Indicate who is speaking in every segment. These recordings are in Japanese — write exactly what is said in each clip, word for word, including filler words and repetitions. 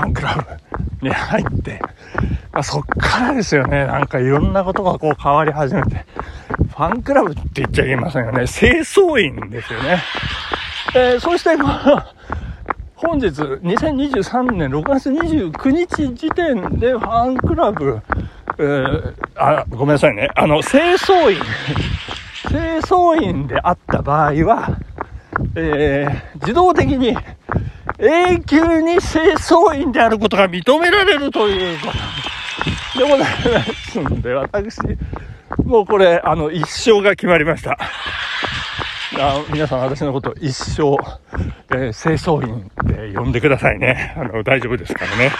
Speaker 1: ァンクラブに入って、まあ、そっからですよね、なんかいろんなことがこう変わり始めて、ファンクラブって言っちゃいけませんよね、清掃員ですよね。えー、そしてこの本日にせんにじゅうさんねんろくがつにじゅうくにち時点でファンクラブ、えー、あごめんなさいね、あの清掃員清掃員であった場合は、えー、自動的に永久に清掃員であることが認められるということでございますんで、私もうこれあの一生が決まりました。あ皆さん私のこと一生、えー、清掃員で呼んでくださいね。あの大丈夫ですからね。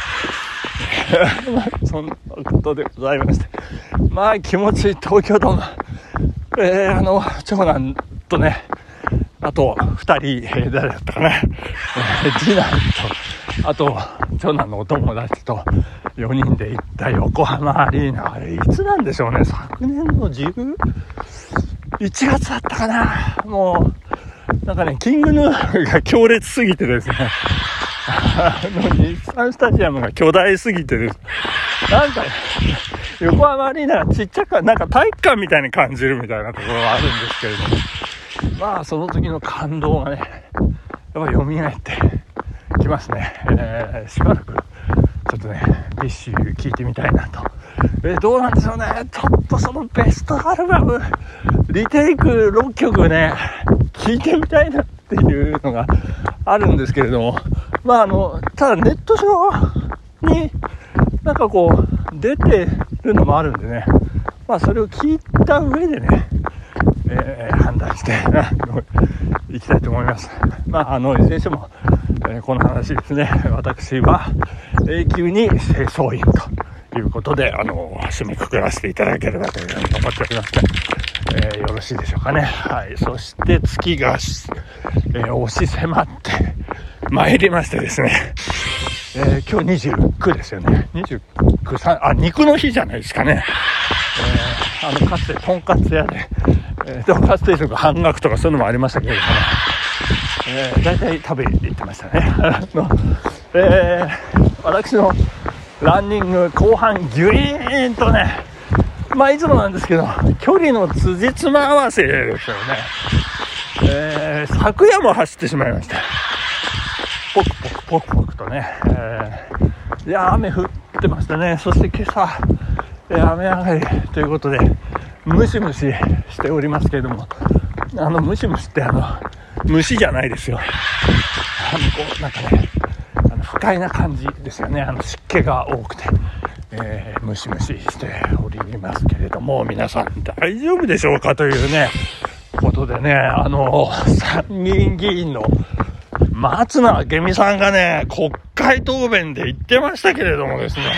Speaker 1: そんなことでございまして、まあ気持ちいい東京ドーム、えー、あの長男とね、あとふたり、えー、誰だったかな、えー、次男と、あと長男のお友達とよにんで行った横浜アリーナ、あれいつなんでしょうね、昨年のじゅういちがつだったかな。もうなんかね、キングヌーが強烈すぎてですね、あの日産スタジアムが巨大すぎてです、なんか、ね、横浜アリーナがちっちゃく、なんか体育館みたいに感じるみたいなところがあるんですけれども、まあその時の感動がね、やっぱ蘇ってきますね。えー、しばらくちょっとね、ビッシュ聴いてみたいなと。えー、どうなんでしょうね。ちょっとそのベストアルバムリテイクろっきょくね、聴いてみたいなっていうのがあるんですけれども、まああのただネット上になんかこう出てるのもあるんでね、まあそれを聞いた上でね、えー、判断していきたいと思います。まああのいずれにしても、えー、この話ですね、私は永久に清掃員ということで、あの締めくくらせていただければというふうに思っておりますね。えー、よろしいでしょうかね。はい。そして月が、えー、押し迫って参りましてですね、えー、今日にじゅうくですよね。にじゅうく、さん、あ、肉の日じゃないですかね。えー、あのかつてとんかつ屋で、えー、とんかつ定食半額とかそういうのもありましたけれども、えー、大体食べに行ってましたね。あの、えー、私のランニング後半ギュイーンとね、まあいつもなんですけど距離の辻褄合わせですよね。えー、昨夜も走ってしまいました。ポクポクポクポクとね、えー、いや雨降ってましたね。そして今朝、えー、雨上がりということでムシムシしておりますけれども、あのムシムシってあの虫じゃないですよ。あのこうなんかね、あの不快な感じですよね。あの湿気が多くて、えー、ムシムシしておりますけれども、皆さん大丈夫でしょうかというねことでね、あの参議院議員の松野明美さんがね国会答弁で言ってましたけれどもですね、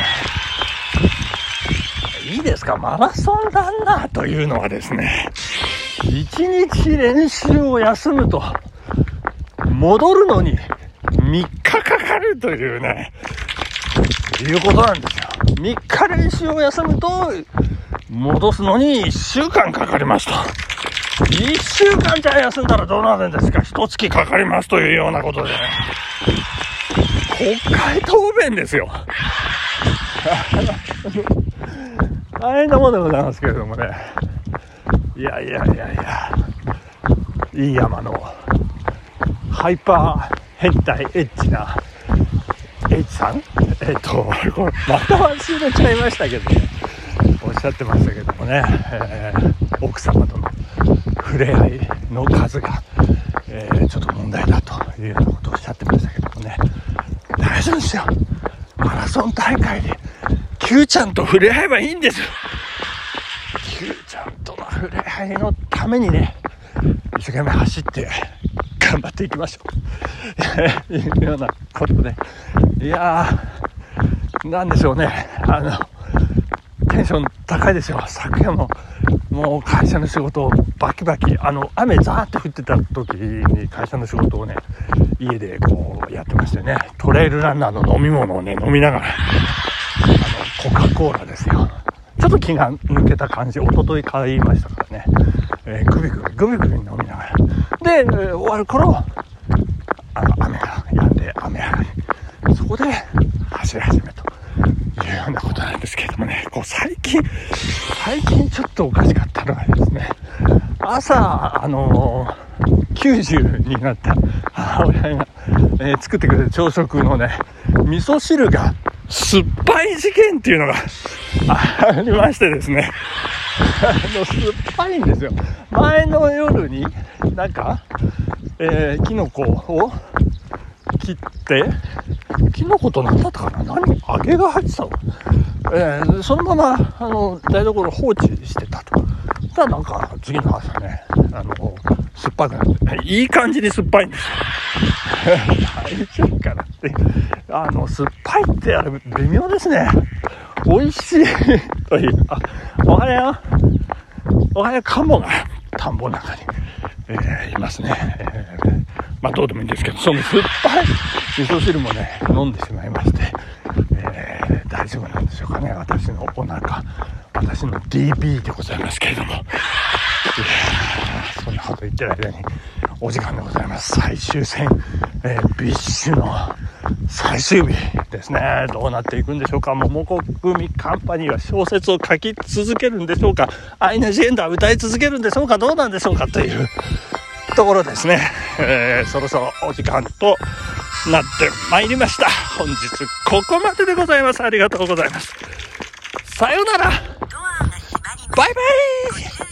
Speaker 1: いいですか、マラソンランナーというのはですね、いちにち練習を休むと戻るのにみっかかかるというねいうことなんですよ。みっか練習を休むと戻すのにいっしゅうかんかかりますと。いっしゅうかんじゃ休んだらどうなるんですか、一月かかりますというようなことでね、国会答弁ですよ。大変なものでございますけれどもね、いやいやいやいや、いい山のハイパー変態エッチな H さん、えっとこれまた忘れちゃいましたけどね、おっしゃってましたけどもね、えー、奥様との触れ合いの数が、えー、ちょっと問題だというようなことをおっしゃってましたけどもね、大丈夫ですよ。マラソン大会で Q ちゃんと触れ合えばいいんですよ。 Q ちゃんとの触れ合いのためにね、一生懸命走って頑張っていきましょういうようなことで、いやーなんでしょうね、あのテンション高いですよ。昨夜ももう会社の仕事をバキバキ、あの雨ザーって降ってた時に会社の仕事をね家でこうやってましてね、トレイルランナーの飲み物をね飲みながら、あのコカ・コーラですよ、ちょっと気が抜けた感じ、一昨日買いましたからね、えー、グビグビグビグビ飲みながらで、えー、終わる頃あの雨が止んで雨上がり、そこで走り始めというようなことなんですけれどもね、こう最近最近ちょっとおかしかったのがですね、朝あのー、きゅうじゅうになった母親が、えー、作ってくれる朝食のね味噌汁が酸っぱい事件っていうのがありましてですね、あの酸っぱいんですよ。前の夜になんか、えー、キノコを切ってキノコと何だったかな、何揚げが入ってたの、えー、そのままあの台所放置してたと。ただなんか次の朝ね、あの酸っぱくなっていい感じに酸っぱいんですよ大丈夫かなって。あの酸っぱいってあれ微妙ですね。美味しいという。あ、おはようおはよう。カモが田んぼの中に、えー、いますね、えー、まあどうでもいいんですけど、その酸っぱい味噌汁もね飲んでしまいまして、えー、大丈夫なんでしょうかね。私のお腹、私の ディービー でございますけれども、いやそんなこと言ってる間にお時間でございます。最終戦、えー、ビッシュの最終日ですね。どうなっていくんでしょうか。桃子組カンパニーは小説を書き続けるんでしょうか。アイナ・ジ・エンドは歌い続けるんでしょうか。どうなんでしょうかというところですね。えー、そろそろお時間となってまいりました。本日ここまででございます。ありがとうございます。さようなら。バイバイ。